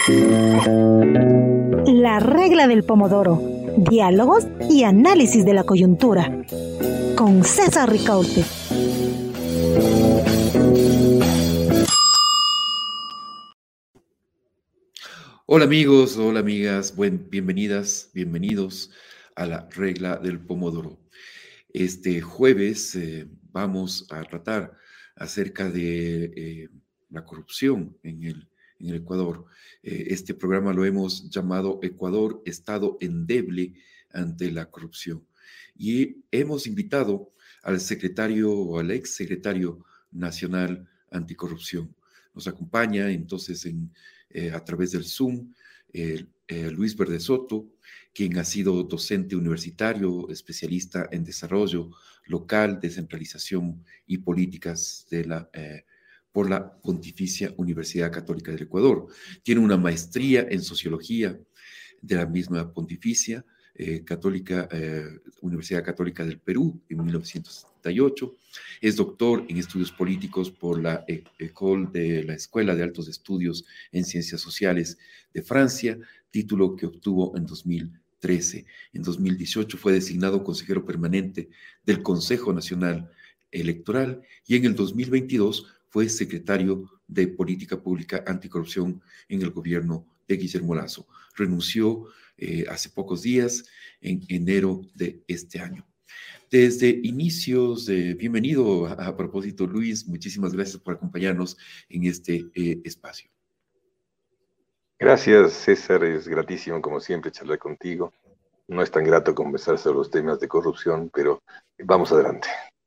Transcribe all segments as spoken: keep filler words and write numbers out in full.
La regla del pomodoro. Diálogos y análisis de la coyuntura. Con César Ricaurte. Hola amigos, hola amigas, buen, bienvenidas, bienvenidos a la regla del pomodoro. Este jueves eh, vamos a tratar acerca de eh, la corrupción en el, en el Ecuador. Eh, este programa lo hemos llamado Ecuador, Estado endeble ante la corrupción. Y hemos invitado al secretario o al ex secretario nacional anticorrupción. Nos acompaña entonces en, eh, a través del Zoom eh, eh, Luis Verde Soto, quien ha sido docente universitario, especialista en desarrollo local, descentralización y políticas de la, eh, por la Pontificia Universidad Católica del Ecuador. Tiene una maestría en sociología de la misma Pontificia eh, Católica, eh, Universidad Católica del Perú en mil novecientos setenta y ocho. Es doctor en estudios políticos por la École de la Escuela de Altos Estudios en Ciencias Sociales de Francia, título que obtuvo en dos mil trece. En dos mil dieciocho fue designado consejero permanente del Consejo Nacional Electoral y en el dos mil veintidós fue secretario de Política Pública Anticorrupción en el gobierno de Guillermo Lasso. Renunció eh, hace pocos días, en enero de este año. Desde inicios de... Bienvenido a, a propósito, Luis, muchísimas gracias por acompañarnos en este eh, espacio. Gracias, César, es gratísimo como siempre charlar contigo. No es tan grato conversar sobre los temas de corrupción, pero vamos adelante.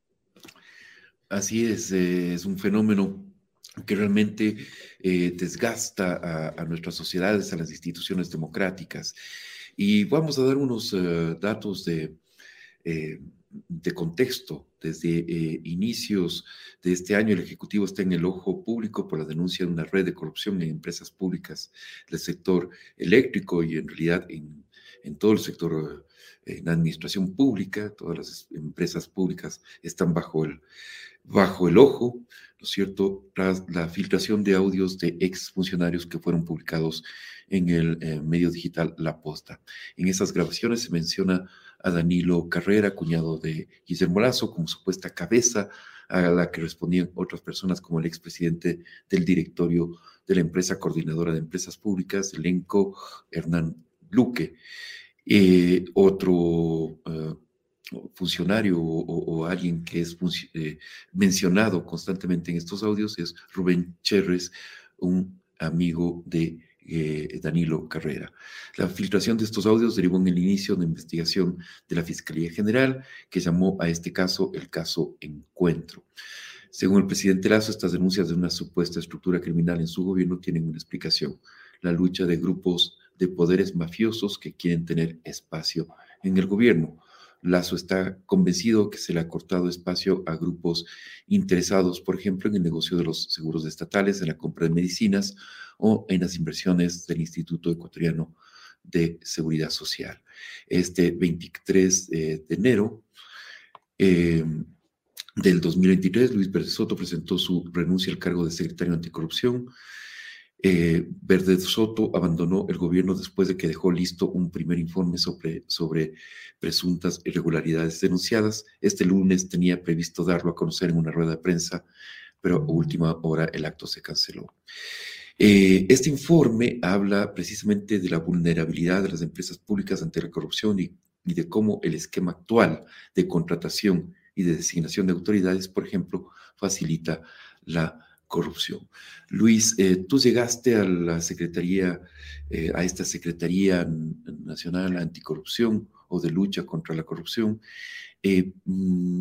Así es, eh, es un fenómeno que realmente eh, desgasta a, a nuestras sociedades, a las instituciones democráticas. Y vamos a dar unos uh, datos de, eh, de contexto. Desde eh, inicios de este año, el Ejecutivo está en el ojo público por la denuncia de una red de corrupción en empresas públicas del sector eléctrico y en realidad en, en todo el sector, en la administración pública. Todas las empresas públicas están bajo el bajo el ojo, ¿no es cierto?, tras la filtración de audios de exfuncionarios que fueron publicados en el eh, medio digital La Posta. En esas grabaciones se menciona a Danilo Carrera, cuñado de Guillermo Lasso, como supuesta cabeza a la que respondían otras personas como el expresidente del directorio de la empresa coordinadora de empresas públicas, Elenco, Hernán Luque. Eh, otro... Uh, funcionario o, o, o alguien que es eh, mencionado constantemente en estos audios es Rubén Cherres, un amigo de eh, Danilo Carrera. La filtración de estos audios derivó en el inicio de investigación de la Fiscalía General, que llamó a este caso el caso Encuentro. Según el presidente Lasso, estas denuncias de una supuesta estructura criminal en su gobierno tienen una explicación: la lucha de grupos de poderes mafiosos que quieren tener espacio en el gobierno. Lasso está convencido que se le ha cortado espacio a grupos interesados, por ejemplo, en el negocio de los seguros estatales, en la compra de medicinas o en las inversiones del Instituto Ecuatoriano de Seguridad Social. Este veintitrés de enero eh, del dos mil veintitrés, Luis Verde Soto presentó su renuncia al cargo de secretario anticorrupción. Eh, Verde Soto abandonó el gobierno después de que dejó listo un primer informe sobre, sobre presuntas irregularidades denunciadas. Este lunes tenía previsto darlo a conocer en una rueda de prensa, pero a última hora el acto se canceló. Eh, este informe habla precisamente de la vulnerabilidad de las empresas públicas ante la corrupción y, y de cómo el esquema actual de contratación y de designación de autoridades, por ejemplo, facilita la corrupción. Luis, eh, tú llegaste a la Secretaría, eh, a esta Secretaría Nacional Anticorrupción o de Lucha contra la Corrupción, eh, mm,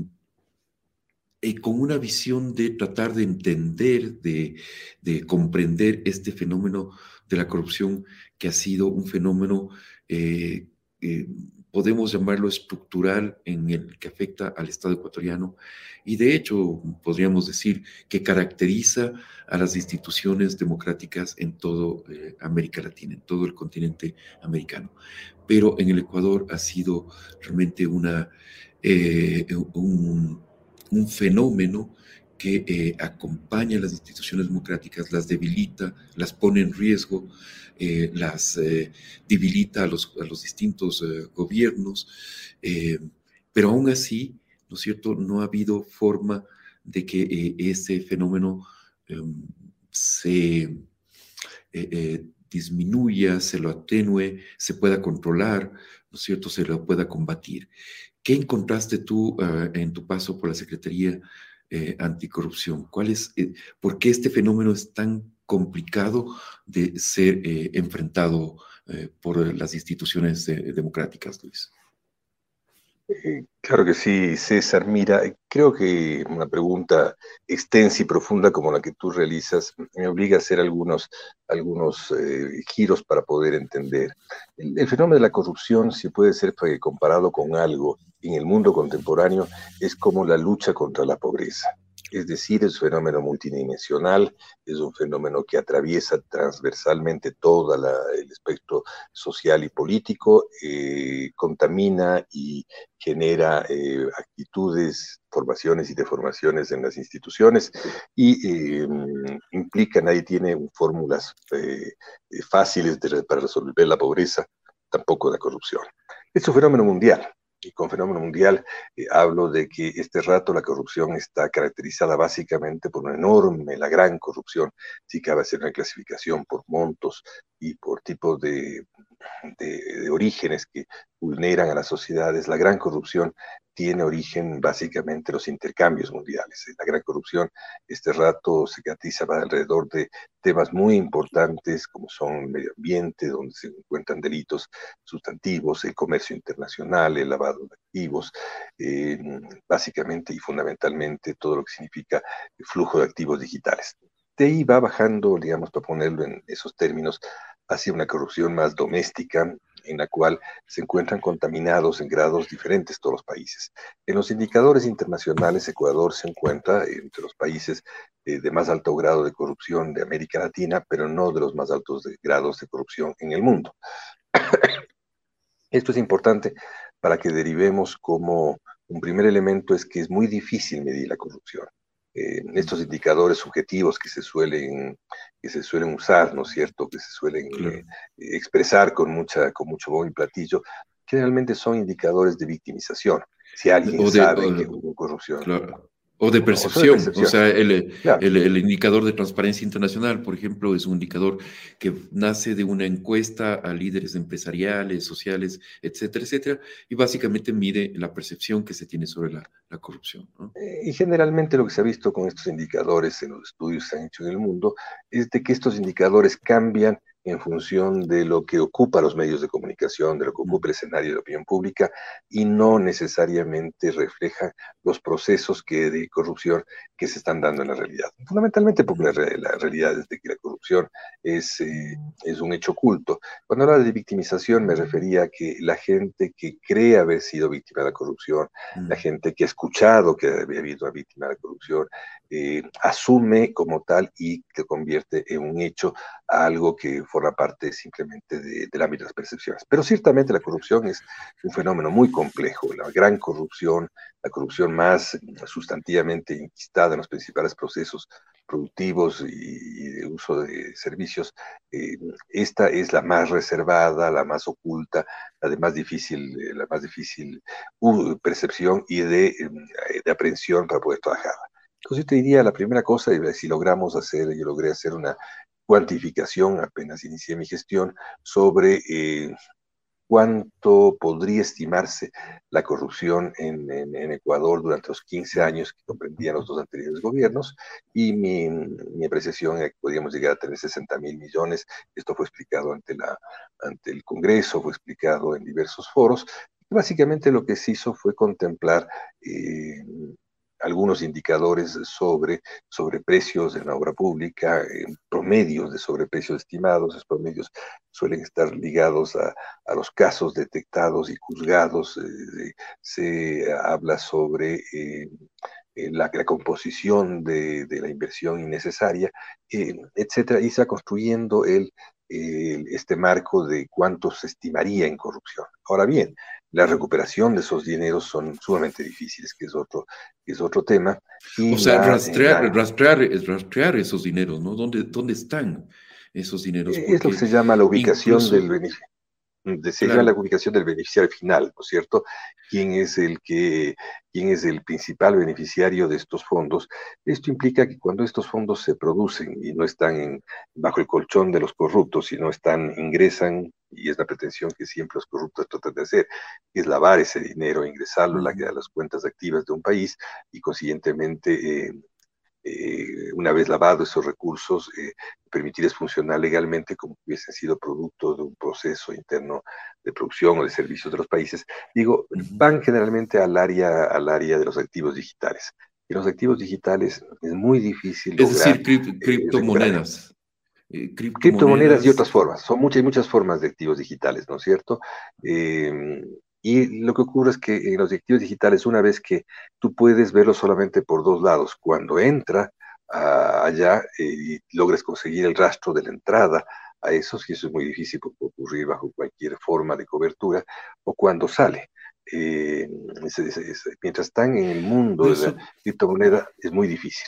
eh, con una visión de tratar de entender, de, de comprender este fenómeno de la corrupción que ha sido un fenómeno eh, eh, podemos llamarlo estructural en el que afecta al Estado ecuatoriano y de hecho podríamos decir que caracteriza a las instituciones democráticas en toda eh, América Latina, en todo el continente americano. Pero en el Ecuador ha sido realmente una, eh, un, un fenómeno que eh, acompaña a las instituciones democráticas, las debilita, las pone en riesgo, eh, las eh, debilita a los, a los distintos eh, gobiernos, eh, pero aún así, ¿no es cierto?, no ha habido forma de que eh, ese fenómeno eh, se eh, eh, disminuya, se lo atenúe, se pueda controlar, ¿no es cierto?, se lo pueda combatir. ¿Qué encontraste tú uh, en tu paso por la Secretaría eh, Anticorrupción? ¿Cuál es, eh, ¿Por qué este fenómeno es tan complicado de ser eh, enfrentado eh, por las instituciones eh, democráticas, Luis? Eh, claro que sí, César. Mira, eh, creo que una pregunta extensa y profunda como la que tú realizas me obliga a hacer algunos, algunos eh, giros para poder entender. El, el fenómeno de la corrupción, si puede ser eh, comparado con algo en el mundo contemporáneo, es como la lucha contra la pobreza. Es decir, es un fenómeno multidimensional, es un fenómeno que atraviesa transversalmente todo el espectro social y político, eh, contamina y genera eh, actitudes, formaciones y deformaciones en las instituciones y eh, implica, nadie tiene fórmulas eh, fáciles de, para resolver la pobreza, tampoco la corrupción. Es un fenómeno mundial. Y con fenómeno mundial eh, hablo de que este rato la corrupción está caracterizada básicamente por una enorme, la gran corrupción, si cabe hacer una clasificación por montos y por tipos de, de, de orígenes que vulneran a las sociedades. La gran corrupción tiene origen básicamente en los intercambios mundiales. La gran corrupción este rato se caracteriza alrededor de temas muy importantes como son el medio ambiente, donde se encuentran delitos sustantivos, el comercio internacional, el lavado de activos, eh, básicamente y fundamentalmente todo lo que significa el flujo de activos digitales. De ahí va bajando, digamos, para ponerlo en esos términos, hacia una corrupción más doméstica, en la cual se encuentran contaminados en grados diferentes todos los países. En los indicadores internacionales, Ecuador se encuentra entre los países eh, de más alto grado de corrupción de América Latina, pero no de los más altos de grados de corrupción en el mundo. Esto es importante para que derivemos como un primer elemento es que es muy difícil medir la corrupción. Eh, estos indicadores subjetivos que se suelen que se suelen usar, ¿no es cierto?, que se suelen Claro. eh, expresar con mucha con mucho bombo y platillo, generalmente son indicadores de victimización. Si alguien O de, sabe que o, hubo corrupción, claro. O de o son de percepción, o percepción, sea, el, claro. el, el indicador de transparencia internacional, por ejemplo, es un indicador que nace de una encuesta a líderes empresariales, sociales, etcétera, etcétera, y básicamente mide la percepción que se tiene sobre la, la corrupción, ¿no? Eh, Y generalmente lo que se ha visto con estos indicadores en los estudios que se han hecho en el mundo es de que estos indicadores cambian en función de lo que ocupa los medios de comunicación, de lo que ocupa el escenario de la opinión pública y no necesariamente reflejan los procesos que, de corrupción que se están dando en la realidad. Fundamentalmente porque la, re- la realidad es de que la corrupción es, eh, es un hecho oculto. Cuando hablaba de victimización me refería a que la gente que cree haber sido víctima de la corrupción, la gente que ha escuchado que había habido una víctima de la corrupción, eh, asume como tal y que convierte en un hecho a algo que forma parte simplemente de, del ámbito de las percepciones. Pero ciertamente la corrupción es un fenómeno muy complejo, la gran corrupción, la corrupción más sustantivamente inquistada en los principales procesos productivos y, y de uso de servicios, eh, esta es la más reservada, la más oculta, la de más difícil, eh, la más difícil uh, percepción y de, eh, de aprehensión para poder trabajar. Entonces yo te diría, la primera cosa, y si logramos hacer, yo logré hacer una cuantificación, apenas inicié mi gestión, sobre eh, cuánto podría estimarse la corrupción en, en, en, Ecuador durante los quince años que comprendían los dos anteriores gobiernos, y mi, mi apreciación es que podríamos llegar a tener sesenta mil millones. Esto fue explicado ante, la, ante el Congreso, fue explicado en diversos foros. Básicamente lo que se hizo fue contemplar eh, algunos indicadores sobre sobreprecios en la obra pública, eh, promedios de sobreprecios estimados. Esos promedios suelen estar ligados a, a los casos detectados y juzgados. Eh, se habla sobre eh, la, la, composición de, de, la inversión innecesaria, eh, etcétera, y se va construyendo el eh, este marco de cuánto se estimaría en corrupción. Ahora bien, la recuperación de esos dineros son sumamente difíciles, que es otro, que es otro tema. Y O sea, la, eh, rastrear, la, rastrear, rastrear esos dineros, ¿no? ¿Dónde, dónde están esos dineros? es lo que Porque se llama la ubicación del incluso, beneficio. Desea la claro, ubicación del beneficiario final, ¿no es cierto? ¿Quién es el que, quién es el principal beneficiario de estos fondos? Esto implica que cuando estos fondos se producen y no están en- bajo el colchón de los corruptos, sino están, ingresan, y es la pretensión que siempre los corruptos tratan de hacer, que es lavar ese dinero, ingresarlo a, la- ujú, a las cuentas activas de un país y consiguientemente eh, eh, una vez lavados esos recursos, eh, permitirles funcionar legalmente como que hubiesen sido producto de un proceso interno de producción o de servicios de los países, digo, ujú. van generalmente al área, al área de los activos digitales. Y los activos digitales es muy difícil Es lograr decir, crip- eh, recuperar. criptomonedas, eh, Criptomonedas y criptomonedas, otras formas, son muchas, hay muchas formas de activos digitales, ¿no es cierto? Eh, y lo que ocurre es que en los activos digitales, una vez que tú puedes verlo solamente por dos lados, cuando entra ah, allá eh, y logres conseguir el rastro de la entrada a esos, y eso es muy difícil porque puede ocurrir bajo cualquier forma de cobertura, o cuando sale. Eh, es- es- es- mientras están en el por mundo de la eso. criptomoneda, es muy difícil.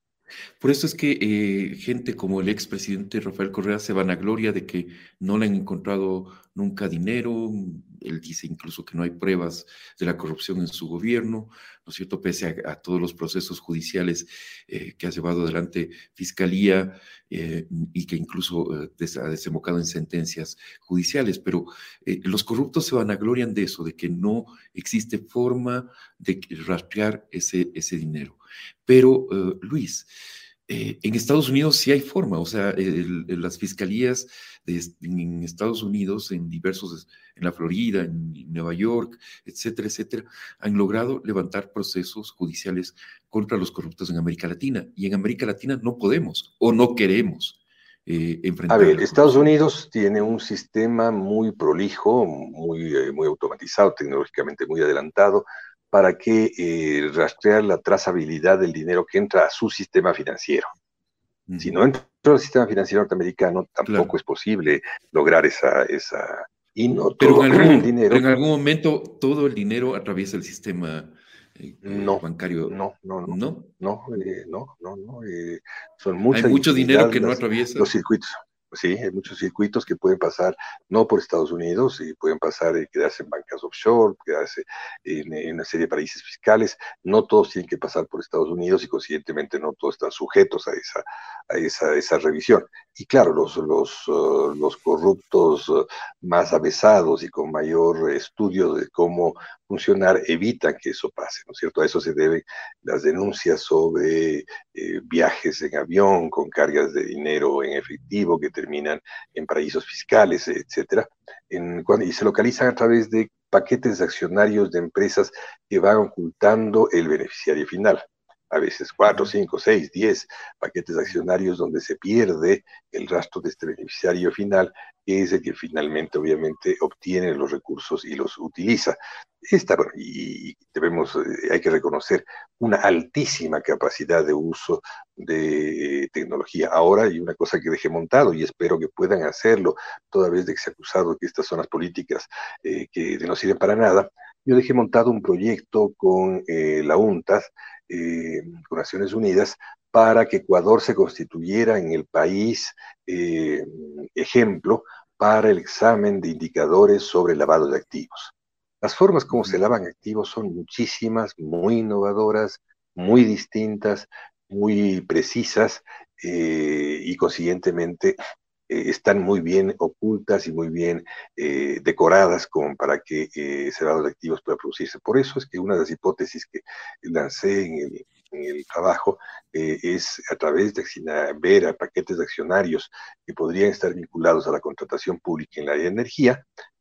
Por eso es que eh, gente como el expresidente Rafael Correa se vanagloria de que no le han encontrado nunca dinero. Él dice incluso que no hay pruebas de la corrupción en su gobierno, ¿no es cierto? Pese a, a todos los procesos judiciales eh, que ha llevado adelante Fiscalía eh, y que incluso eh, des ha desembocado en sentencias judiciales. Pero eh, los corruptos se vanaglorian de eso, de que no existe forma de rastrear ese, ese dinero. Pero, uh, Luis, eh, en Estados Unidos sí hay forma, o sea, el, el, las fiscalías de, en Estados Unidos, en diversos, en la Florida, en, en Nueva York, etcétera, etcétera, han logrado levantar procesos judiciales contra los corruptos en América Latina. Y en América Latina no podemos o no queremos eh, A enfrentar ver, la Estados corrupción. Unidos tiene un sistema muy prolijo, muy, eh, muy automatizado, tecnológicamente muy adelantado, para que eh, rastrear la trazabilidad del dinero que entra a su sistema financiero. Uh Si -huh. no entra al sistema financiero norteamericano, tampoco Claro. es posible lograr esa, esa, y no Pero en todo el algún, pero dinero, en algún momento todo el dinero atraviesa el sistema eh, eh, no, bancario, no, no, no, ¿no? no, eh, no, no, no, eh, son Hay mucha mucho dinero infinidad que no las, atraviesa. los circuitos. Sí, hay muchos circuitos que pueden pasar no por Estados Unidos y pueden pasar y quedarse en bancas offshore, quedarse en, en una serie de países fiscales. No todos tienen que pasar por Estados Unidos y consiguientemente no todos están sujetos a esa, a esa, a esa revisión. Y claro, los, los, uh, los corruptos uh, más avesados y con mayor estudio de cómo funcionar evitan que eso pase, ¿no es cierto? A eso se deben las denuncias sobre eh, viajes en avión con cargas de dinero en efectivo que terminan en paraísos fiscales, etcétera, en, y se localizan a través de paquetes de accionarios de empresas que van ocultando el beneficiario final. A veces cuatro, cinco, seis, diez paquetes de accionarios donde se pierde el rastro de este beneficiario final, que es el que finalmente, obviamente, obtiene los recursos y los utiliza. Esta, bueno, y debemos, eh, hay que reconocer una altísima capacidad de uso de eh, tecnología. Ahora hay una cosa que dejé montado y espero que puedan hacerlo, toda vez de que se ha acusado que estas son las políticas eh, que no sirven para nada. Yo dejé montado un proyecto con eh, la UNTAS, eh, con Naciones Unidas, para que Ecuador se constituyera en el país eh, ejemplo para el examen de indicadores sobre el lavado de activos. Las formas Uh como se -huh. lavan activos son muchísimas, muy innovadoras, muy distintas, muy precisas eh, y consiguientemente eh, están muy bien ocultas y muy bien eh, decoradas como para que eh, ese lavado de activos pueda producirse. Por eso es que una de las hipótesis que lancé en el, en el trabajo eh, es a través de ver a paquetes de accionarios que podrían estar vinculados a la contratación pública en la energía,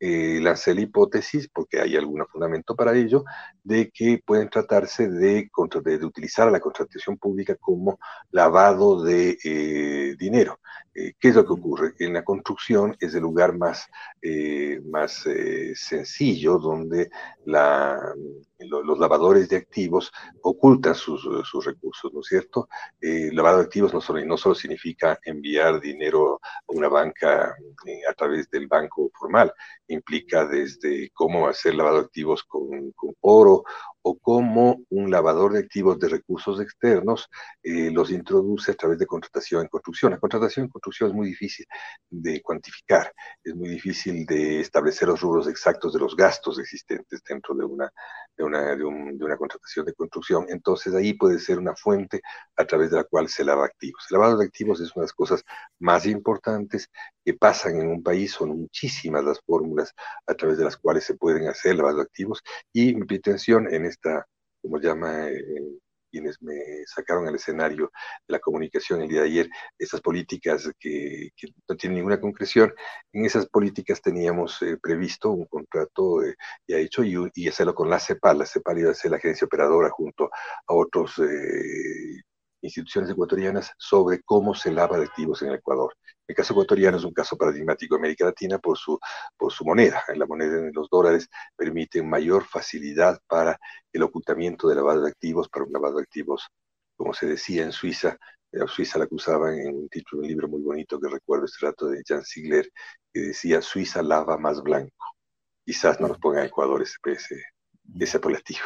eh, lancé la hipótesis, porque hay algún fundamento para ello, de que pueden tratarse de, de, de utilizar a la contratación pública como lavado de eh, dinero. Eh, ¿Qué es lo que ocurre? En la construcción es el lugar más, eh, más eh, sencillo, donde la, lo, los lavadores de activos ocultan sus, sus recursos, ¿no es cierto? Eh, lavado de activos no solo, no solo significa enviar dinero a una banca eh, a través del banco formal, implica desde cómo hacer lavado de activos con, con oro o cómo un lavador de activos de recursos externos eh, los introduce a través de contratación en construcción. La contratación en construcción es muy difícil de cuantificar, es muy difícil de establecer los rubros exactos de los gastos existentes dentro de una, de una, de un, de una contratación de construcción. Entonces ahí puede ser una fuente a través de la cual se lava activos. El lavado de activos es una de las cosas más importantes que pasan en un país, son muchísimas las fórmulas a través de las cuales se pueden hacer lavado de activos, y mi pretensión en esta, como llama eh, quienes me sacaron al escenario de la comunicación el día de ayer, estas políticas que, que no tienen ninguna concreción, en esas políticas teníamos eh, previsto un contrato eh, ya hecho y, y hacerlo con la CEPAL. La CEPAL iba a ser la agencia operadora junto a otros eh, instituciones ecuatorianas sobre cómo se lava de activos en el Ecuador. El caso ecuatoriano es un caso paradigmático de América Latina por su, por su moneda. La moneda en los dólares permite mayor facilidad para el ocultamiento de lavado de activos, para un lavado de activos, como se decía en Suiza. En Suiza la acusaban en un título de un libro muy bonito que recuerdo este rato de Jan Ziegler, que decía Suiza lava más blanco. Quizás no nos ponga a Ecuador ese, ese, ese apelativo.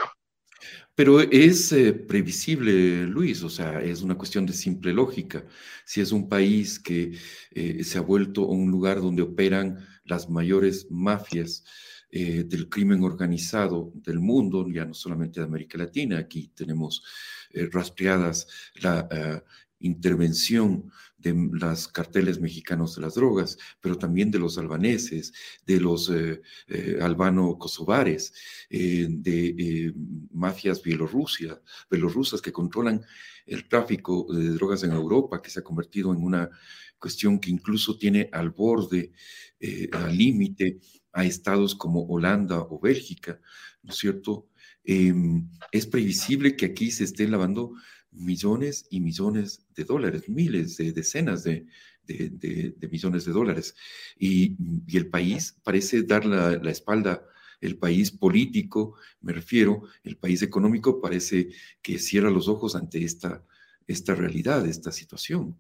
Pero es eh, previsible, Luis, o sea, es una cuestión de simple lógica. Si es un país que eh, se ha vuelto un lugar donde operan las mayores mafias eh, del crimen organizado del mundo, ya no solamente de América Latina, aquí tenemos eh, rastreadas la uh, intervención de los carteles mexicanos de las drogas, pero también de los albaneses, de los eh, eh, albano-kosovares, eh, de eh, mafias bielorrusia, bielorrusas que controlan el tráfico de drogas en Europa, que se ha convertido en una cuestión que incluso tiene al borde, eh, al límite, a estados como Holanda o Bélgica, ¿no es cierto? Eh, es previsible que aquí se estén lavando millones y millones de dólares, miles de decenas de, de, de, de millones de dólares. Y, y el país parece dar la, la espalda, el país político, me refiero, el país económico parece que cierra los ojos ante esta, esta realidad, esta situación.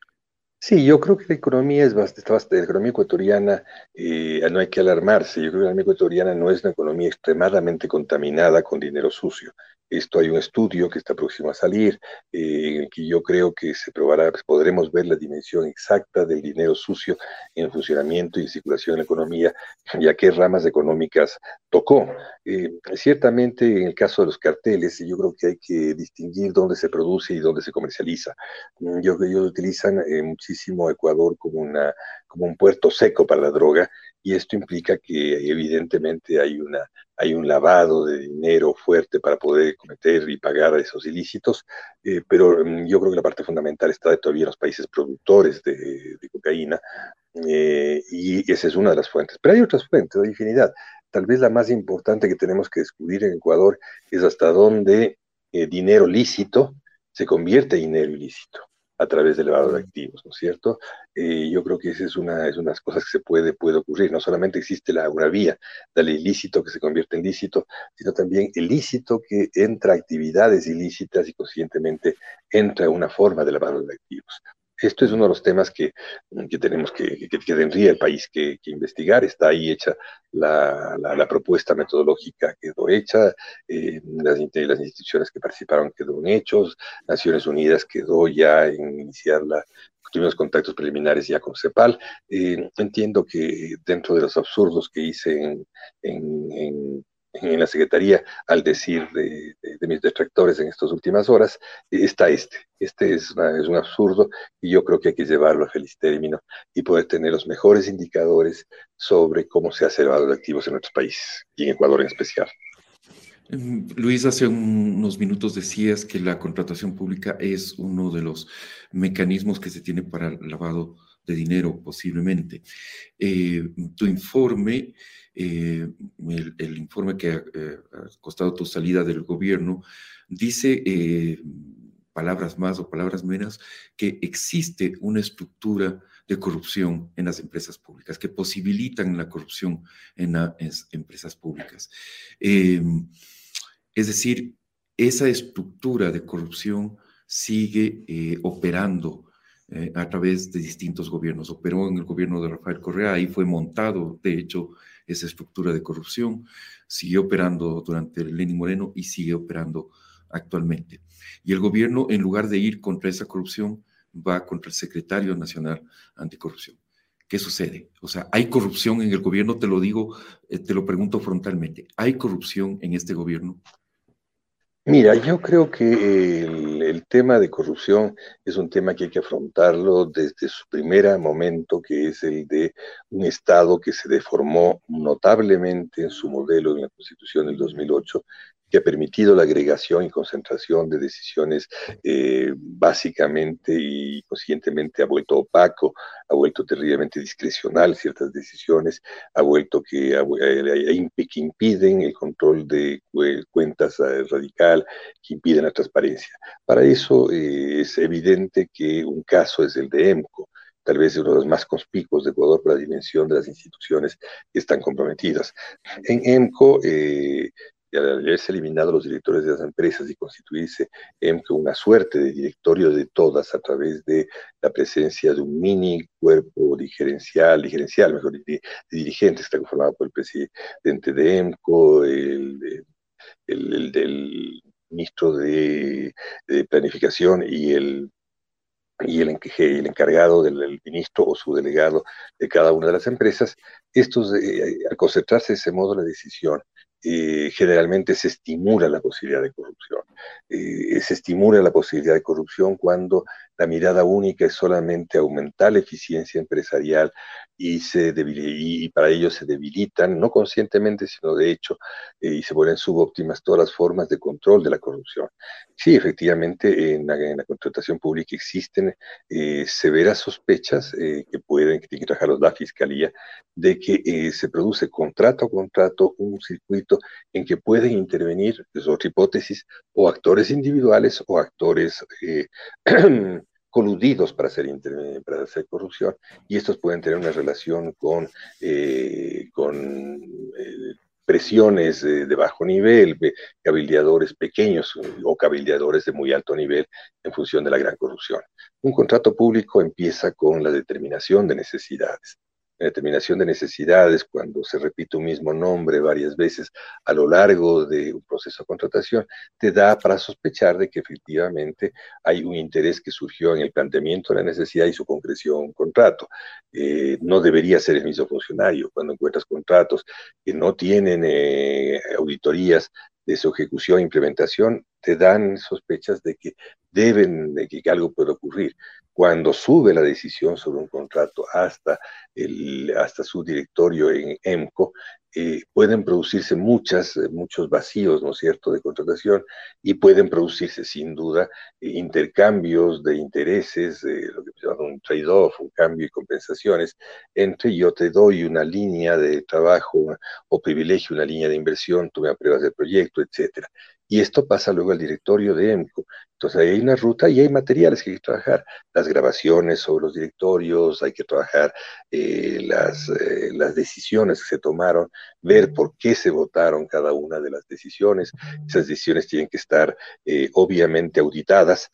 Sí, yo creo que la economía es bastante, bastante la economía ecuatoriana, eh, no hay que alarmarse. Yo creo que la economía ecuatoriana no es una economía extremadamente contaminada con dinero sucio. Esto hay un estudio que está próximo a salir, eh, en el que yo creo que se probará, pues, podremos ver la dimensión exacta del dinero sucio en funcionamiento y en circulación en la economía, y a qué ramas económicas tocó. Eh, ciertamente, en el caso de los carteles, yo creo que hay que distinguir dónde se produce y dónde se comercializa. Yo creo que ellos utilizan eh, muchísimo Ecuador como, una, como un puerto seco para la droga, y esto implica que evidentemente hay, una, hay un lavado de dinero fuerte para poder cometer y pagar esos ilícitos, eh, pero um, yo creo que la parte fundamental está todavía en los países productores de, de cocaína, eh, y esa es una de las fuentes. Pero hay otras fuentes, hay infinidad. Tal vez la más importante que tenemos que descubrir en Ecuador es hasta dónde eh, dinero lícito se convierte en dinero ilícito a través del lavado de activos, ¿no es cierto? Eh, yo creo que esa es una, es una de las cosas que se puede, puede ocurrir. No solamente existe la, una vía del ilícito que se convierte en lícito, sino también el lícito que entra a actividades ilícitas y conscientemente entra a una forma de lavado de activos. Esto es uno de los temas que, que tenemos que, que, que tendría el país que, que investigar. Está ahí hecha la, la, la propuesta metodológica, quedó hecha, eh, las, las instituciones que participaron quedaron hechos, Naciones Unidas quedó ya en iniciar la, tuvimos contactos preliminares ya con CEPAL. Eh, entiendo que dentro de los absurdos que hice en, en, en en la Secretaría, al decir de, de, de mis detractores en estas últimas horas, está este. Este es, una, es un absurdo, y yo creo que hay que llevarlo a feliz término y poder tener los mejores indicadores sobre cómo se hace el lavado de activos en nuestros países, y en Ecuador en especial. Luis, hace unos minutos decías que la contratación pública es uno de los mecanismos que se tiene para el lavado de dinero posiblemente. Eh, tu informe, eh, el, el informe que ha, eh, ha costado tu salida del gobierno, dice, eh, palabras más o palabras menos, que existe una estructura de corrupción en las empresas públicas, que posibilitan la corrupción en las empresas públicas. Eh, es decir, esa estructura de corrupción sigue eh, operando eh, a través de distintos gobiernos. Operó en el gobierno de Rafael Correa, ahí fue montado, de hecho, esa estructura de corrupción, siguió operando durante Lenín Moreno y sigue operando actualmente. Y el gobierno, en lugar de ir contra esa corrupción, va contra el secretario nacional anticorrupción. ¿Qué sucede? O sea, ¿hay corrupción en el gobierno? Te lo digo, eh, te lo pregunto frontalmente. ¿Hay corrupción en este gobierno? Mira, yo creo que el, el tema de corrupción es un tema que hay que afrontarlo desde su primer momento, que es el de un Estado que se deformó notablemente en su modelo en la Constitución del dos mil ocho, que ha permitido la agregación y concentración de decisiones eh, básicamente y conscientemente ha vuelto opaco, ha vuelto terriblemente discrecional ciertas decisiones, ha vuelto que, ha, que impiden el control de cuentas radical, que impiden la transparencia. Para eso eh, es evidente que un caso es el de EMCO, tal vez uno de los más conspicuos de Ecuador por la dimensión de las instituciones que están comprometidas. En EMCO, eh, y al haberse eliminado los directores de las empresas y constituirse EMCO una suerte de directorio de todas a través de la presencia de un mini cuerpo dirigencial, dirigencial mejor, de, de dirigentes que está conformado por el presidente de EMCO, el, el, el del ministro de, de Planificación y el y el, el encargado del el ministro o su delegado de cada una de las empresas. Estos, eh, al concentrarse de ese modo la decisión, eh, generalmente se estimula la posibilidad de corrupción. Eh, se estimula la posibilidad de corrupción cuando la mirada única es solamente aumentar la eficiencia empresarial y, se y, y para ello se debilitan, no conscientemente, sino de hecho, eh, y se vuelven subóptimas todas las formas de control de la corrupción. Sí, efectivamente, en la, en la contratación pública existen eh, severas sospechas eh, que pueden, que tienen que trabajar la Fiscalía, de que eh, se produce contrato a contrato un circuito en que pueden intervenir, es otra hipótesis, o actores individuales o actores eh, coludidos para hacer, para hacer corrupción, y estos pueden tener una relación con, eh, con eh, presiones eh, de bajo nivel, cabildeadores pequeños o cabildeadores de muy alto nivel en función de la gran corrupción. Un contrato público empieza con la determinación de necesidades. La determinación de necesidades, cuando se repite un mismo nombre varias veces a lo largo de un proceso de contratación, te da para sospechar de que efectivamente hay un interés que surgió en el planteamiento de la necesidad y su concreción en un contrato. Eh, no debería ser el mismo funcionario. Cuando encuentras contratos que no tienen eh, auditorías de su ejecución e implementación, te dan sospechas de que deben, de que algo puede ocurrir. Cuando sube la decisión sobre un contrato hasta, el, hasta su directorio en EMCO, eh, pueden producirse muchas, muchos vacíos, ¿no es cierto?, de contratación, y pueden producirse sin duda eh, intercambios de intereses, eh, lo que se llama un trade-off, un cambio y compensaciones, entre yo te doy una línea de trabajo o privilegio, una línea de inversión, tú me apruebas el proyecto, etcétera. Y esto pasa luego al directorio de EMCO. Entonces ahí hay una ruta y hay materiales que hay que trabajar, las grabaciones sobre los directorios, hay que trabajar eh, las, eh, las decisiones que se tomaron, ver por qué se votaron cada una de las decisiones. Esas decisiones tienen que estar eh, obviamente auditadas,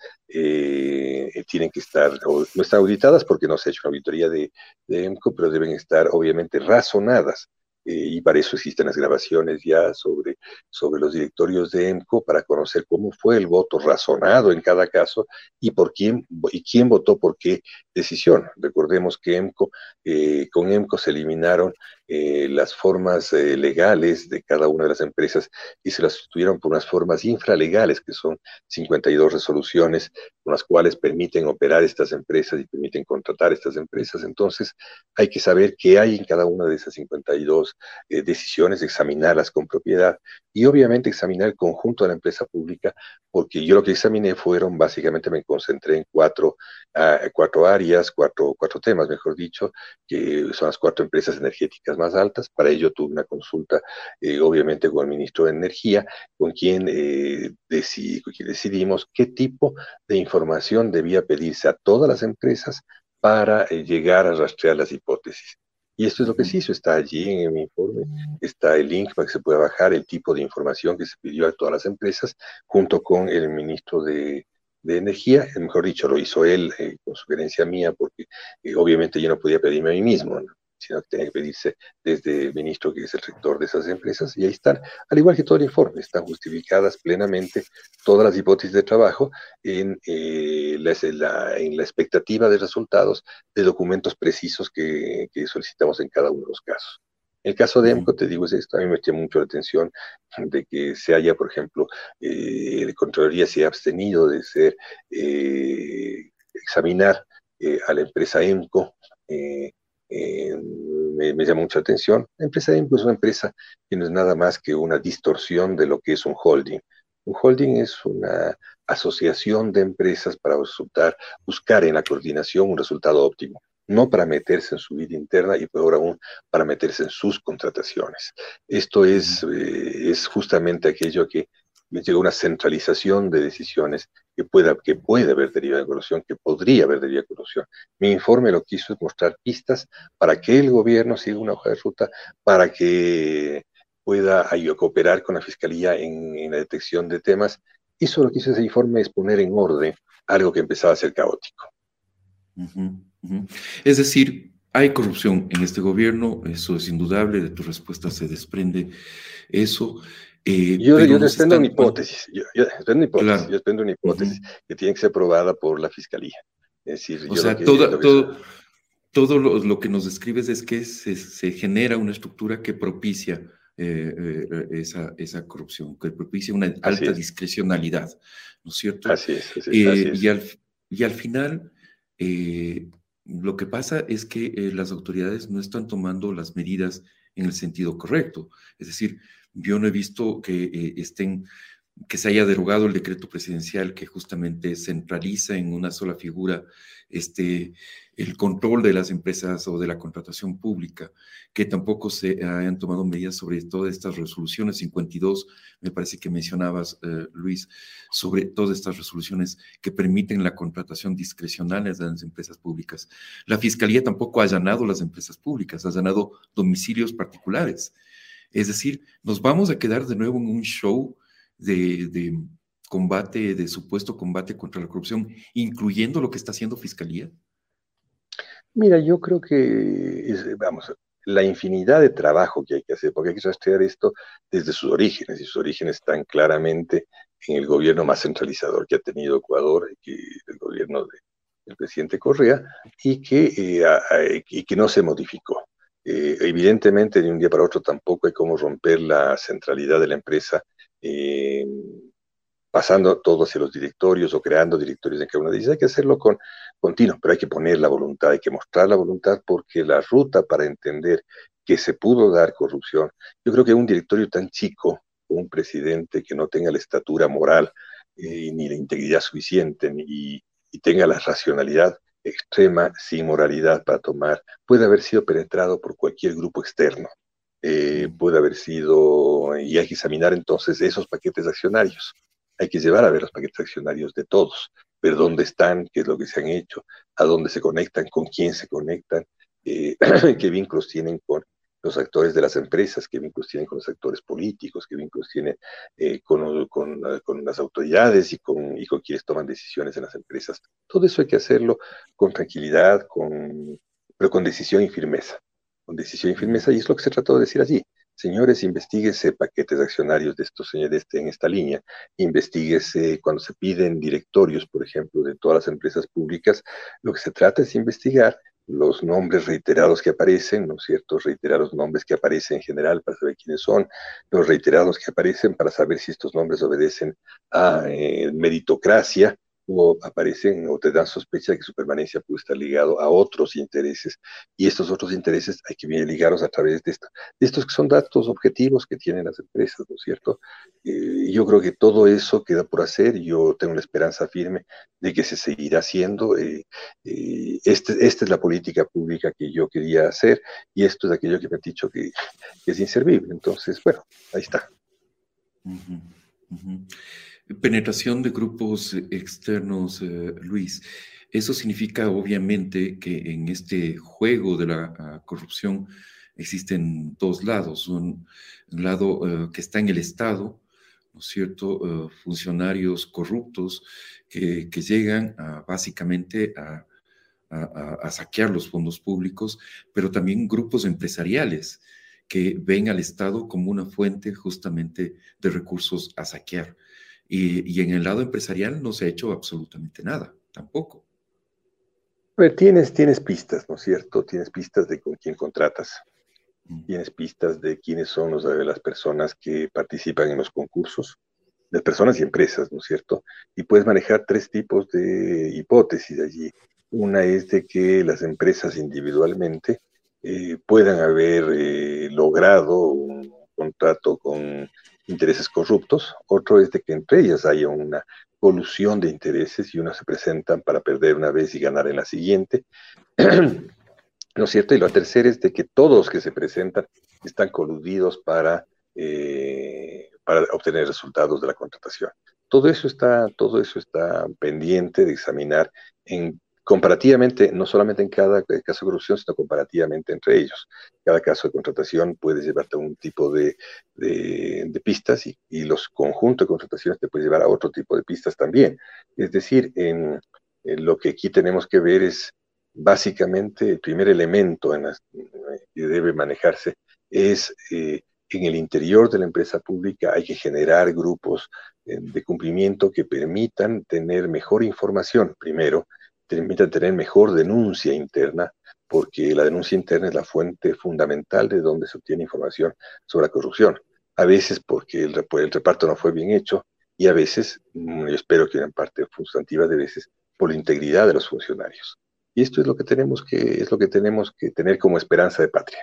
eh, tienen que estar, o, no están auditadas porque no se ha hecho una auditoría de, de EMCO, pero deben estar obviamente razonadas. Eh, y para eso existen las grabaciones ya sobre, sobre los directorios de EMCO para conocer cómo fue el voto razonado en cada caso y por quién y quién votó por qué decisión. Recordemos que EMCO, eh, con EMCO se eliminaron eh, las formas eh, legales de cada una de las empresas y se las sustituyeron por unas formas infralegales, que son cincuenta y dos resoluciones, con las cuales permiten operar estas empresas y permiten contratar estas empresas. Entonces, hay que saber qué hay en cada una de esas cincuenta y dos eh, decisiones, examinarlas con propiedad y obviamente examinar el conjunto de la empresa pública, porque yo lo que examiné fueron, básicamente me concentré en cuatro, uh, cuatro áreas, cuatro, cuatro temas, mejor dicho, que son las cuatro empresas energéticas más altas. Para ello tuve una consulta, eh, obviamente, con el ministro de Energía, con quien, eh, decidí, con quien decidimos qué tipo de información debía pedirse a todas las empresas para eh, llegar a rastrear las hipótesis. Y esto es lo que se hizo, está allí en mi informe, está el link para que se pueda bajar el tipo de información que se pidió a todas las empresas, junto con el ministro de, de Energía, mejor dicho, lo hizo él eh, con sugerencia mía, porque eh, obviamente yo no podía pedirme a mí mismo, ¿no? Sino que tenía que pedirse desde el ministro, que es el rector de esas empresas, y ahí están, al igual que todo el informe, están justificadas plenamente todas las hipótesis de trabajo en, eh, la, la, en la expectativa de resultados de documentos precisos que, que solicitamos en cada uno de los casos. En el caso de EMCO, te digo, es esto, a mí me llama mucho la atención de que se haya, por ejemplo, eh, la Contraloría se ha abstenido de ser, eh, examinar eh, a la empresa EMCO, eh, eh, me, me llama mucha atención. La empresa EMCO es una empresa que no es nada más que una distorsión de lo que es un holding. Un holding es una asociación de empresas para resultar, buscar en la coordinación un resultado óptimo, no para meterse en su vida interna y peor aún para meterse en sus contrataciones. Esto es, eh, es justamente aquello que llega a una centralización de decisiones que, pueda, que puede haber derivado de corrupción, que podría haber derivado de corrupción. Mi informe lo que hizo es mostrar pistas para que el gobierno siga una hoja de ruta, para que pueda ayudar, cooperar con la Fiscalía en, en la detección de temas. Eso lo que hizo ese informe es poner en orden algo que empezaba a ser caótico. Uh-huh, uh-huh. Es decir, hay corrupción en este gobierno, eso es indudable, de tu respuesta se desprende eso. Eh, yo, pero yo nos desprendo están... una hipótesis, yo, yo, desprendo una hipótesis, Claro. yo desprendo una hipótesis uh-huh. que tiene que ser probada por la Fiscalía. Es decir, o yo sea, lo que, toda, lo que todo, todo lo, lo que nos describes es que se, se genera una estructura que propicia eh, eh, esa, esa corrupción, que propicia una alta discrecionalidad, ¿no es cierto? Así es, así, eh, así es. Y al, y al final, eh, lo que pasa es que eh, las autoridades no están tomando las medidas en el sentido correcto. Es decir, yo no he visto que eh, estén, que se haya derogado el decreto presidencial que justamente centraliza en una sola figura este, el control de las empresas o de la contratación pública, que tampoco se hayan tomado medidas sobre todas estas resoluciones, cincuenta y dos, me parece que mencionabas, eh, Luis, sobre todas estas resoluciones que permiten la contratación discrecional de las empresas públicas. La Fiscalía tampoco ha allanado las empresas públicas, ha allanado domicilios particulares. Es decir, nos vamos a quedar de nuevo en un show de, de combate, de supuesto combate contra la corrupción, incluyendo lo que está haciendo Fiscalía. Mira, yo creo que, es, vamos, la infinidad de trabajo que hay que hacer, porque hay que rastrear esto desde sus orígenes, y sus orígenes están claramente en el gobierno más centralizador que ha tenido Ecuador, que el gobierno de, del presidente Correa, y que, eh, a, a, y que no se modificó. Eh, evidentemente, de un día para otro tampoco hay cómo romper la centralidad de la empresa, eh, pasando todo hacia los directorios o creando directorios en cada una de ellas. Hay que hacerlo con continuo, pero hay que poner la voluntad, hay que mostrar la voluntad, porque la ruta para entender que se pudo dar corrupción, yo creo que un directorio tan chico, un presidente que no tenga la estatura moral eh, ni la integridad suficiente, ni, y tenga la racionalidad extrema, sin moralidad para tomar, puede haber sido penetrado por cualquier grupo externo. Eh, puede haber sido, y hay que examinar entonces esos paquetes accionarios. Hay que llevar a ver los paquetes accionarios de todos, ver dónde están, qué es lo que se han hecho, a dónde se conectan, con quién se conectan, eh, qué vínculos tienen con los actores de las empresas, qué vínculos tienen con los actores políticos, qué vínculos tienen eh, con, con, con las autoridades y con, y con quienes toman decisiones en las empresas. Todo eso hay que hacerlo con tranquilidad, con, pero con decisión y firmeza. Con decisión y firmeza, y es lo que se trató de decir allí. Señores, investíguese paquetes accionarios de estos señores este, en esta línea, investíguese cuando se piden directorios, por ejemplo, de todas las empresas públicas, lo que se trata es investigar los nombres reiterados que aparecen, ¿no es cierto? Reiterados nombres que aparecen en general para saber quiénes son, los reiterados que aparecen para saber si estos nombres obedecen a eh, meritocracia o aparecen o te dan sospecha de que su permanencia puede estar ligado a otros intereses, y estos otros intereses hay que ligarlos a través de, esto, de estos que son datos objetivos que tienen las empresas, ¿no es cierto? Eh, yo creo que todo eso queda por hacer, y yo tengo la esperanza firme de que se seguirá haciendo. Eh, eh, este, esta es la política pública que yo quería hacer, y esto es aquello que me han dicho que, que es inservible. Entonces, bueno, ahí está. Uh-huh, uh-huh. Penetración de grupos externos, eh, Luis. Eso significa obviamente que en este juego de la uh, corrupción existen dos lados. Un, un lado uh, que está en el Estado, ¿no es cierto? Uh, funcionarios corruptos que, que llegan a, básicamente a, a, a saquear los fondos públicos, pero también grupos empresariales que ven al Estado como una fuente justamente de recursos a saquear. Y, y en el lado empresarial no se ha hecho absolutamente nada, tampoco. A ver, tienes, tienes pistas, ¿no es cierto? Tienes pistas de con quién contratas. Mm. Tienes pistas de quiénes son los, de las personas que participan en los concursos, de personas y empresas, ¿no es cierto? Y puedes manejar tres tipos de hipótesis allí. Una es de que las empresas individualmente eh, puedan haber eh, logrado un contrato con intereses corruptos. Otro es de que entre ellas haya una colusión de intereses y unas se presentan para perder una vez y ganar en la siguiente. ¿No es cierto? Y la tercera es de que todos los que se presentan están coludidos para, eh, para obtener resultados de la contratación. Todo eso está, todo eso está pendiente de examinar en, comparativamente, no solamente en cada caso de corrupción, sino comparativamente entre ellos. Cada caso de contratación puede llevarte a un tipo de, de, de pistas, y, y los conjuntos de contrataciones te pueden llevar a otro tipo de pistas también. Es decir, en, en lo que aquí tenemos que ver es básicamente el primer elemento en las, que debe manejarse es eh, en el interior de la empresa pública hay que generar grupos eh, de cumplimiento que permitan tener mejor información, primero, permitan tener mejor denuncia interna, porque la denuncia interna es la fuente fundamental de donde se obtiene información sobre la corrupción. A veces porque el, el reparto no fue bien hecho, y a veces, yo espero que en parte sustantiva de veces, por la integridad de los funcionarios. Y esto es lo que tenemos que, es lo que tenemos que tener como esperanza de patria.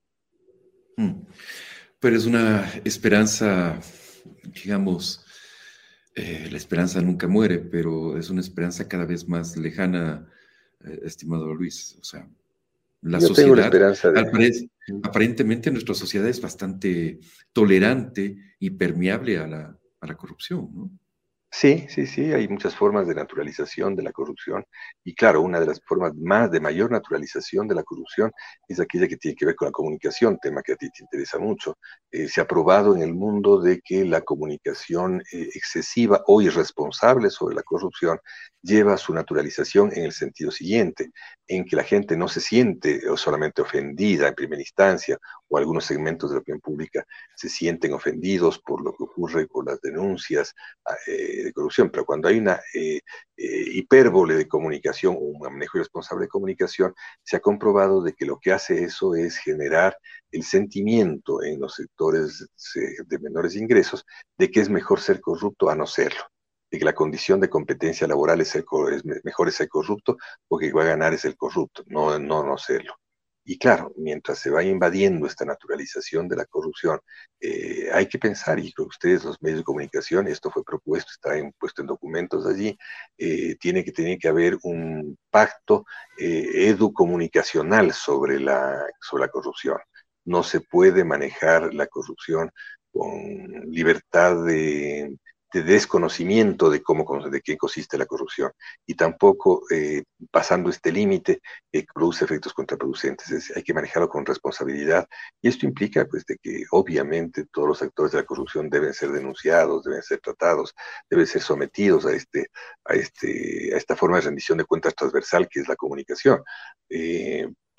Hmm. Pero es una esperanza, digamos, eh, la esperanza nunca muere, pero es una esperanza cada vez más lejana, eh, estimado Luis. O sea, la Yo sociedad, tengo la esperanza de... aparece, aparentemente nuestra sociedad es bastante tolerante y permeable a la, a la corrupción, ¿no? Sí, sí, sí, hay muchas formas de naturalización de la corrupción, y claro, una de las formas más de mayor naturalización de la corrupción es aquella que tiene que ver con la comunicación, tema que a ti te interesa mucho. Eh, se ha probado en el mundo de que la comunicación eh, excesiva o irresponsable sobre la corrupción lleva a su naturalización en el sentido siguiente, en que la gente no se siente solamente ofendida en primera instancia, o algunos segmentos de la opinión pública se sienten ofendidos por lo que ocurre con las denuncias eh, de corrupción, pero cuando hay una eh, eh, hipérbole de comunicación o un manejo irresponsable de comunicación, se ha comprobado de que lo que hace eso es generar el sentimiento en los sectores de menores ingresos de que es mejor ser corrupto a no serlo, de que la condición de competencia laboral es, ser, es mejor es ser corrupto, porque el que va a ganar es el corrupto, no no, no serlo. Y claro, mientras se va invadiendo esta naturalización de la corrupción, eh, hay que pensar, y creo que ustedes, los medios de comunicación, esto fue propuesto, está en, puesto en documentos allí, eh, tiene, que, tiene que haber un pacto eh, educomunicacional sobre la, sobre la corrupción. No se puede manejar la corrupción con libertad de, de desconocimiento de cómo, de qué consiste la corrupción, y tampoco eh, pasando este límite que eh, produce efectos contraproducentes. Es, hay que manejarlo con responsabilidad, y esto implica pues de que obviamente todos los actores de la corrupción deben ser denunciados, deben ser tratados, deben ser sometidos a este, a este, a esta forma de rendición de cuentas transversal que es la comunicación. Eh,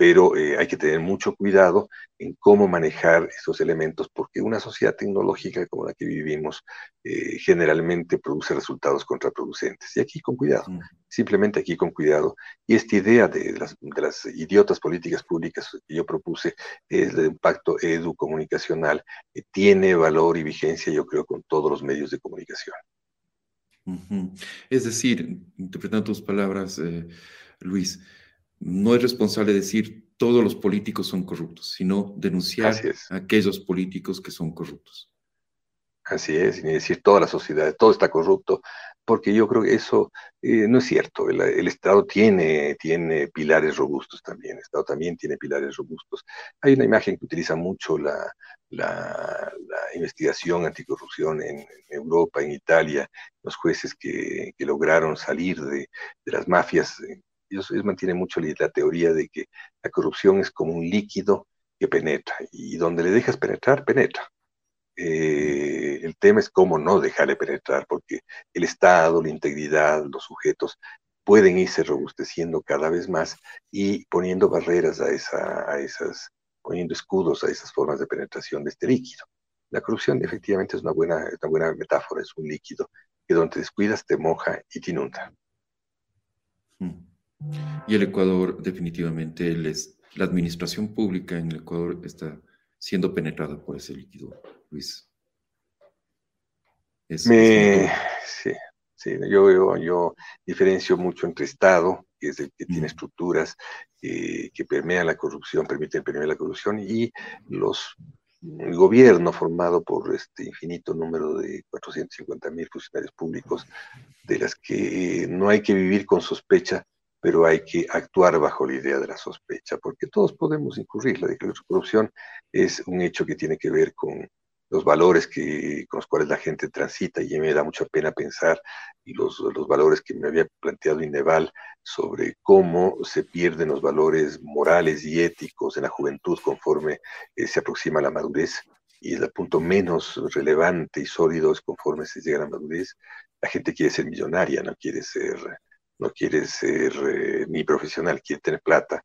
pero eh, hay que tener mucho cuidado en cómo manejar estos elementos, porque una sociedad tecnológica como la que vivimos eh, generalmente produce resultados contraproducentes. Y aquí con cuidado, Mm. simplemente aquí con cuidado. Y esta idea de las, de las idiotas políticas públicas que yo propuse, es de un pacto educomunicacional, que tiene valor y vigencia, yo creo, con todos los medios de comunicación. Ujú. Es decir, interpretando tus palabras, eh, Luis, no es responsable decir todos los políticos son corruptos, sino Así denunciar es. a aquellos políticos que son corruptos. Así es, y ni decir toda la sociedad, todo está corrupto, porque yo creo que eso eh, no es cierto. El, el Estado tiene, tiene pilares robustos también, el Estado también tiene pilares robustos. Hay una imagen que utiliza mucho la, la, la investigación anticorrupción en, en Europa, en Italia, los jueces que, que lograron salir de, de las mafias. eh, Ellos, ellos mantienen mucho la, la teoría de que la corrupción es como un líquido que penetra, y donde le dejas penetrar, penetra. Mm. Eh, el tema es cómo no dejarle penetrar, porque el Estado, la integridad, los sujetos pueden irse robusteciendo cada vez más y poniendo barreras a, esa, a esas, poniendo escudos a esas formas de penetración de este líquido. La corrupción efectivamente es una buena, es una buena metáfora, es un líquido que donde te descuidas te moja y te inunda. Mm. Y el Ecuador, definitivamente, él es, la administración pública en el Ecuador está siendo penetrada por ese líquido, Luis. Es, es Me, notorio. sí, sí, yo, yo, yo diferencio mucho entre Estado, que es el que tiene Mm. estructuras eh, que permean la corrupción, permiten permear la corrupción, y los el gobierno formado por este infinito número de cuatrocientos cincuenta mil funcionarios públicos, de las que no hay que vivir con sospecha, pero hay que actuar bajo la idea de la sospecha, porque todos podemos incurrir. La corrupción es un hecho que tiene que ver con los valores que, con los cuales la gente transita, y me da mucha pena pensar y los, los valores que me había planteado Indeval sobre cómo se pierden los valores morales y éticos en la juventud conforme eh, se aproxima a la madurez, y el punto menos relevante y sólido es conforme se llega a la madurez. La gente quiere ser millonaria, no quiere ser, no quiere ser eh, ni profesional, quiere tener plata.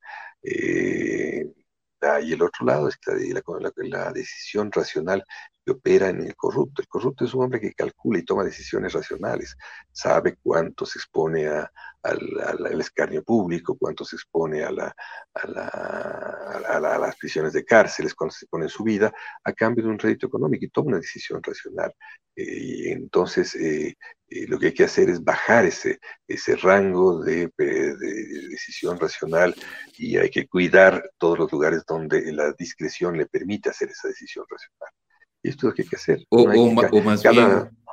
Eh, ah, y el otro lado es la, la, la, decisión racional que opera en el corrupto. El corrupto es un hombre que calcula y toma decisiones racionales, sabe cuánto se expone a, al, al, al escarnio público, cuánto se expone a, la, a, la, a, la, a las prisiones de cárceles, cuánto se expone en su vida a cambio de un rédito económico, y toma una decisión racional. Eh, y entonces eh, eh, lo que hay que hacer es bajar ese, ese rango de, de, de decisión racional, y hay que cuidar todos los lugares donde la discreción le permite hacer esa decisión racional. Y esto es lo que hay que hacer. O, No hay o, que o más cada, bien,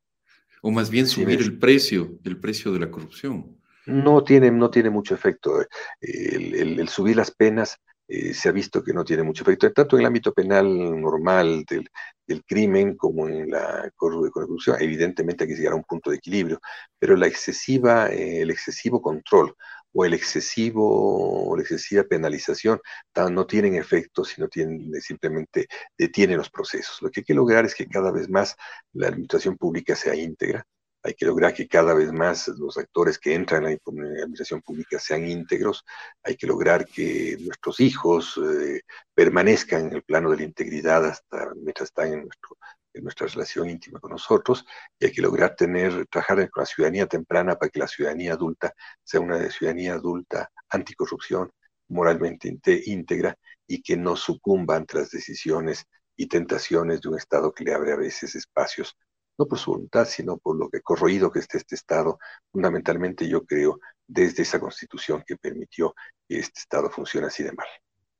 o más bien sí, subir el precio, el precio de la corrupción. no tiene, no tiene mucho efecto. El, el, el subir las penas eh, se ha visto que no tiene mucho efecto, tanto en el ámbito penal normal del, del crimen como en la corrupción. Evidentemente hay que llegar a un punto de equilibrio, pero la excesiva, eh, el excesivo control o el excesivo, o la excesiva penalización no tienen efecto, sino tienen, simplemente detienen los procesos. Lo que hay que lograr es que cada vez más la administración pública sea íntegra. Hay que lograr que cada vez más los actores que entran en la administración pública sean íntegros. Hay que lograr que nuestros hijos eh, permanezcan en el plano de la integridad hasta mientras están en, nuestro, en nuestra relación íntima con nosotros. Y hay que lograr tener, trabajar con la ciudadanía temprana para que la ciudadanía adulta sea una ciudadanía adulta anticorrupción, moralmente íntegra, y que no sucumba ante las decisiones y tentaciones de un Estado que le abre a veces espacios, no por su voluntad, sino por lo que corroído que esté este Estado, fundamentalmente yo creo, desde esa Constitución que permitió que este Estado funcione así de mal.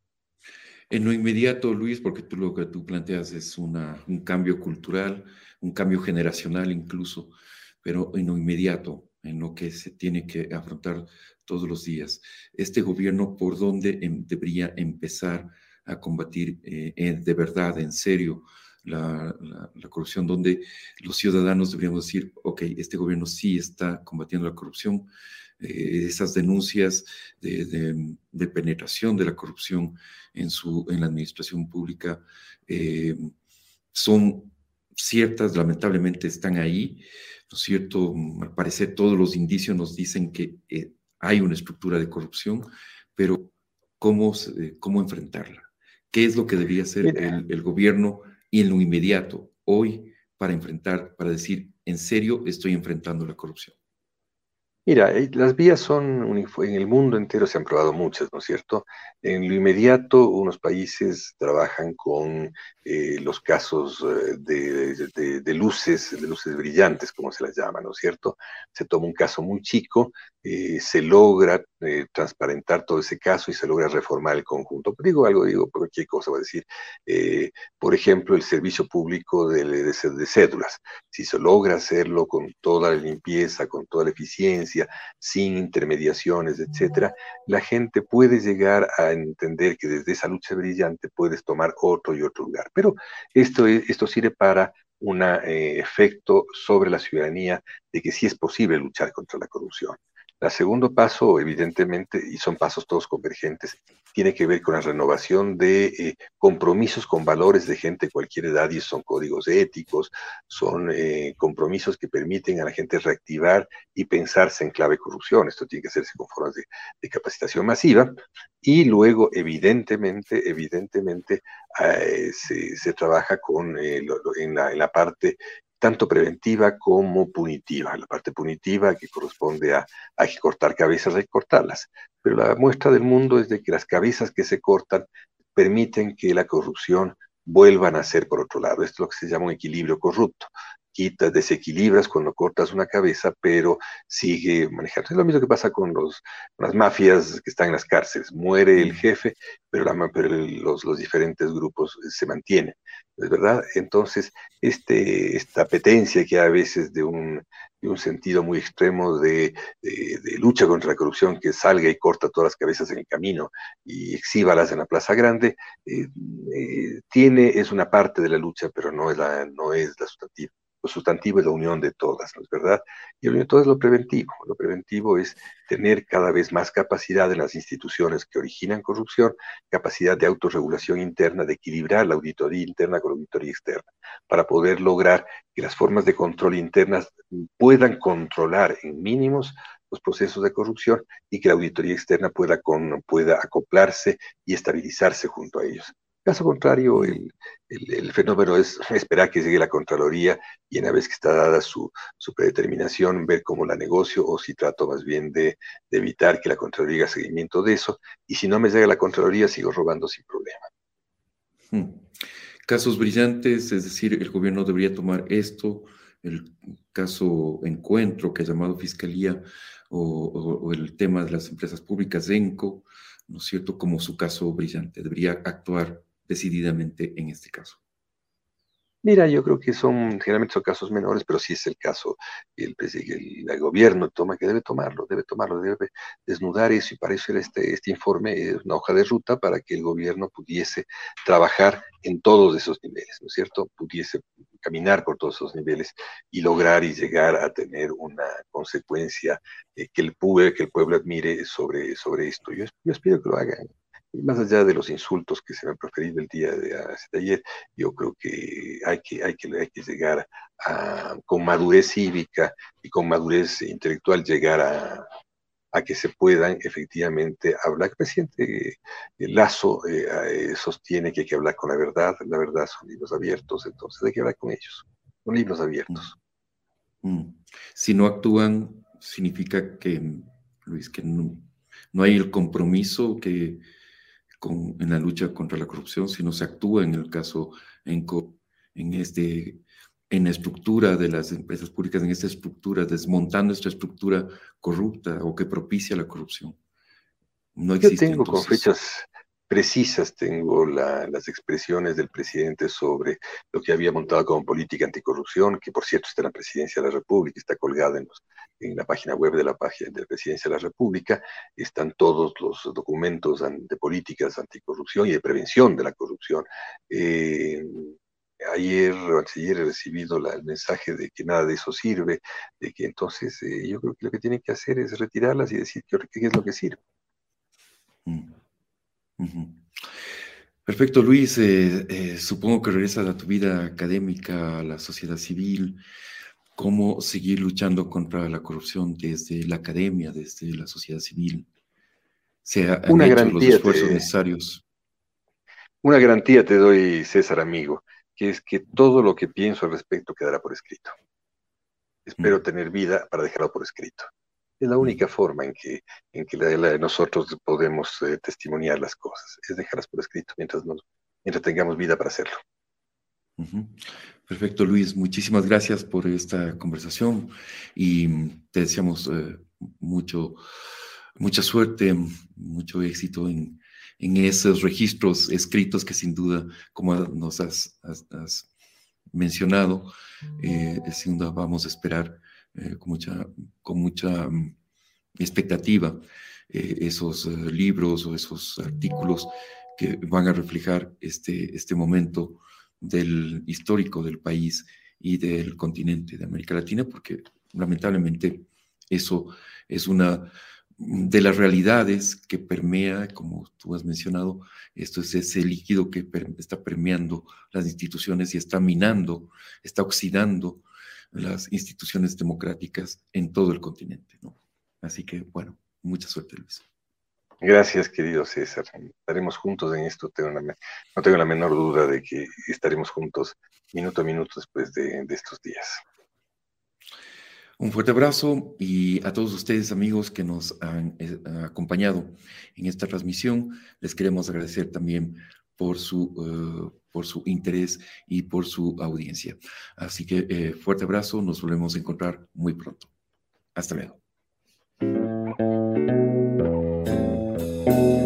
En lo inmediato, Luis, porque tú lo que tú planteas es una, un cambio cultural, un cambio generacional incluso, pero en lo inmediato, en lo que se tiene que afrontar todos los días, este gobierno, ¿por dónde em, debería empezar a combatir eh, en, de verdad, en serio, la, la, la corrupción? Donde los ciudadanos deberíamos decir, ok, este gobierno sí está combatiendo la corrupción, eh, esas denuncias de, de, de penetración de la corrupción en, su, en la administración pública eh, son ciertas, lamentablemente están ahí, ¿no es cierto? Al parecer todos los indicios nos dicen que eh, hay una estructura de corrupción, pero cómo, cómo enfrentarla. ¿Qué es lo que debería hacer el, el gobierno y en lo inmediato hoy para enfrentar, para decir, en serio estoy enfrentando la corrupción? Mira, eh, las vías son, unifo- en el mundo entero se han probado muchas, ¿no es cierto? En lo inmediato, unos países trabajan con eh, los casos eh, de, de- de luces, de luces brillantes, como se las llama, ¿no es cierto? Se toma un caso muy chico, eh, se logra eh, transparentar todo ese caso y se logra reformar el conjunto. Digo algo, digo cualquier cosa, voy a decir, eh, por ejemplo, el servicio público de, de de cédulas. Si se logra hacerlo con toda la limpieza, con toda la eficiencia, sin intermediaciones, etcétera, la gente puede llegar a entender que desde esa lucha brillante puedes tomar otro y otro lugar. Pero esto, es- esto sirve para un eh, efecto sobre la ciudadanía de que sí es posible luchar contra la corrupción. El segundo paso, evidentemente, y son pasos todos convergentes, tiene que ver con la renovación de eh, compromisos con valores de gente de cualquier edad, y son códigos éticos, son eh, compromisos que permiten a la gente reactivar y pensarse en clave corrupción. Esto tiene que hacerse con formas de, de capacitación masiva. Y luego, evidentemente, evidentemente, eh, se, se, trabaja con, eh, lo, lo, en, la, en la parte tanto preventiva como punitiva. La parte punitiva que corresponde a, a cortar cabezas, hay que cortarlas. Pero la muestra del mundo es de que las cabezas que se cortan permiten que la corrupción vuelvan a ser por otro lado. Esto es lo que se llama un equilibrio corrupto. Quitas, desequilibras cuando cortas una cabeza, pero sigue manejando. Es lo mismo que pasa con, los, con las mafias que están en las cárceles. Muere el jefe, pero, la, pero el, los, los diferentes grupos se mantienen. ¿Es verdad? Entonces, este, esta apetencia que hay a veces de un, de un sentido muy extremo de, de, de lucha contra la corrupción, que salga y corta todas las cabezas en el camino y exhíbalas en la Plaza Grande, eh, eh, tiene, es una parte de la lucha, pero no es la, no es la sustantiva. Lo sustantivo es la unión de todas, ¿no es verdad? Y la unión de todas es lo preventivo. Lo preventivo es tener cada vez más capacidad en las instituciones que originan corrupción, capacidad de autorregulación interna, de equilibrar la auditoría interna con la auditoría externa, para poder lograr que las formas de control internas puedan controlar en mínimos los procesos de corrupción y que la auditoría externa pueda, con, pueda acoplarse y estabilizarse junto a ellos. Caso contrario, el, el, el, fenómeno es esperar que llegue la Contraloría y una vez que está dada su, su predeterminación, ver cómo la negocio o si trato más bien de, de evitar que la Contraloría haga seguimiento de eso. Y si no me llega la Contraloría, sigo robando sin problema. Hmm. Casos brillantes, es decir, el gobierno debería tomar esto, el caso Encuentro, que ha llamado Fiscalía, o, o, o el tema de las empresas públicas, ENCO, ¿no es cierto?, como su caso brillante. Debería actuar decididamente en este caso. Mira, yo creo que son, generalmente son casos menores, pero sí es el caso, el, el, el gobierno toma, que debe tomarlo, debe tomarlo, debe desnudar eso, y para eso era este, este informe, es una hoja de ruta para que el gobierno pudiese trabajar en todos esos niveles, ¿no es cierto? Pudiese caminar por todos esos niveles y lograr y llegar a tener una consecuencia eh, que, el pueblo, que el pueblo admire sobre, sobre esto. Yo, yo espero que lo hagan. Y más allá de los insultos que se me han proferido el día de, de ayer, yo creo que hay que, hay que, hay que llegar a, con madurez cívica y con madurez intelectual, llegar a, a que se puedan efectivamente hablar. El presidente Lazo eh, sostiene que hay que hablar con la verdad. La verdad son libros abiertos, entonces hay que hablar con ellos, con libros abiertos. Mm. Mm. Si no actúan, significa que, Luis, que no, no hay el compromiso que con, en la lucha contra la corrupción, si no se actúa en el caso, en, en, este, en la estructura de las empresas públicas, en esta estructura, desmontando esta estructura corrupta o que propicia la corrupción. No existe. Yo tengo entonces. Con fechas precisas, tengo la, las expresiones del presidente sobre lo que había montado como política anticorrupción, que por cierto está en la Presidencia de la República, está colgada en, los, en la página web de la página de la Presidencia de la República, están todos los documentos de políticas anticorrupción y de prevención de la corrupción. Eh, Ayer o ayer he recibido la, el mensaje de que nada de eso sirve, de que entonces eh, yo creo que lo que tienen que hacer es retirarlas y decir qué, qué es lo que sirve. Mm. Uh-huh. Perfecto, Luis. Eh, eh, supongo que regresas a tu vida académica, a la sociedad civil. ¿Cómo seguir luchando contra la corrupción desde la academia, desde la sociedad civil? se han Una hecho los esfuerzos te, necesarios. Una garantía te doy, César, amigo, que es que todo lo que pienso al respecto quedará por escrito. Espero Mm. tener vida para dejarlo por escrito. Es la Mm. única forma en que, en que la, la, nosotros podemos eh, testimoniar las cosas, es dejarlas por escrito mientras, nos, mientras tengamos vida para hacerlo. Uh-huh. Perfecto, Luis. Muchísimas gracias por esta conversación y te deseamos eh, mucho, mucha suerte, mucho éxito en, en esos registros escritos que sin duda, como nos has, has, has mencionado, eh, sin duda vamos a esperar eh, con mucha, con mucha um, expectativa eh, esos uh, libros o esos artículos que van a reflejar este, este momento del histórico del país y del continente de América Latina, porque lamentablemente eso es una de las realidades que permea, como tú has mencionado, esto es ese líquido que per, está permeando las instituciones y está minando, está oxidando las instituciones democráticas en todo el continente, ¿no? Así que, bueno, mucha suerte, Luis. Gracias, querido César. Estaremos juntos en esto. Tengo una, no tengo la menor duda de que estaremos juntos minuto a minuto después de, de estos días. Un fuerte abrazo y a todos ustedes, amigos, que nos han eh, acompañado en esta transmisión. Les queremos agradecer también por su, uh, por su interés y por su audiencia. Así que eh, fuerte abrazo. Nos volvemos a encontrar muy pronto. Hasta luego.